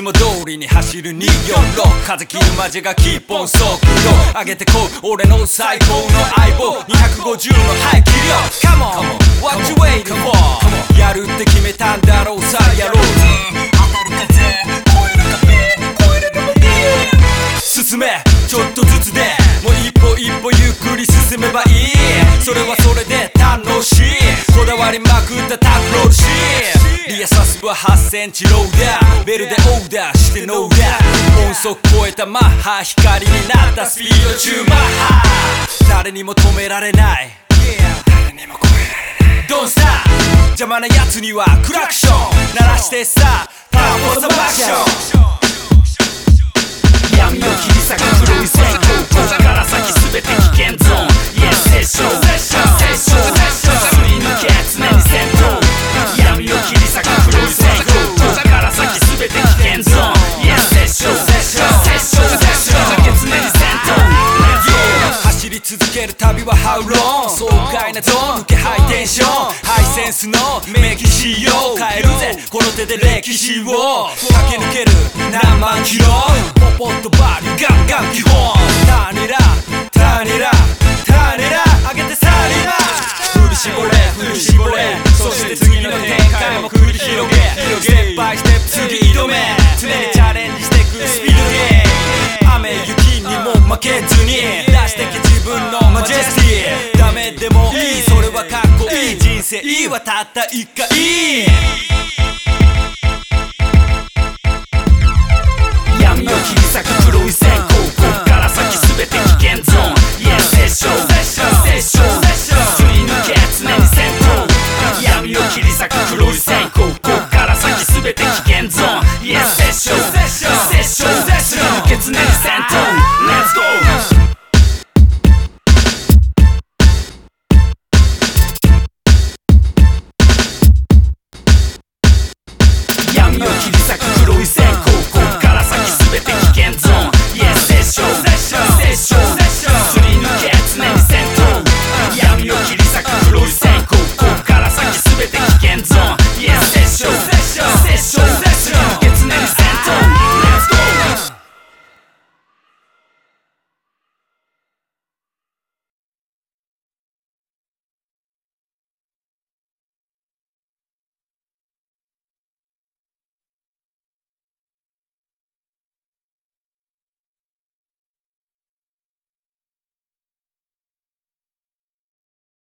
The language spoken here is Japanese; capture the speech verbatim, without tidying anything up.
も通りに走るによんろく風切るマジがキーポン速度上げてこう俺の最高の相棒にひゃくごじゅうの排気量 Come on what you waiting for やるって決めたんだろうさやろうぜ当たる風超える壁超えれるまで進めちょっとずつでもう一歩一歩ゆっくり進めばいいそれはそれで楽しいこだわりまくったタックロールシーリアサスははちセンチローダーベルでオーダーしてノーダー音速超えたマッハ光になったスピード中マッハ誰にも止められない誰にも超えられないドンスター邪魔なやつにはクラクション鳴らしてさパワーフォーザバクション闇を切り裂く黒い線ここから先すべて危険ゾーン Yes セッションセッションすり抜け常に戦闘闇を切り裂く黒い線ここから先すべて危険ゾーン Yes セッションセッション常に戦闘走り続ける旅はハウロン爽快なゾーン抜けハイテンションハイセンスのメキシよ変えるぜこの手で歴史を駆け抜ける何万キロポポッとバリガンガン基本ターニラターニラターニラ上げてサリラ振り絞れ振り絞れそして次の展開も繰り広げステップバイステップ次挑め常にチャレンジしてくスピードゲーム雨雪にも負けずに出してけ自分のマジェスティダメでもいいそれはかっこいい人生はたった一回闇を切り裂く黒い線ここから先すべて危険ゾーン Yes セッションセッションすり抜け常に戦闘闇を切り裂く黒い線ここから先すべて危険ゾーン Yes セッションセッションすり抜け常に戦闘 Let's go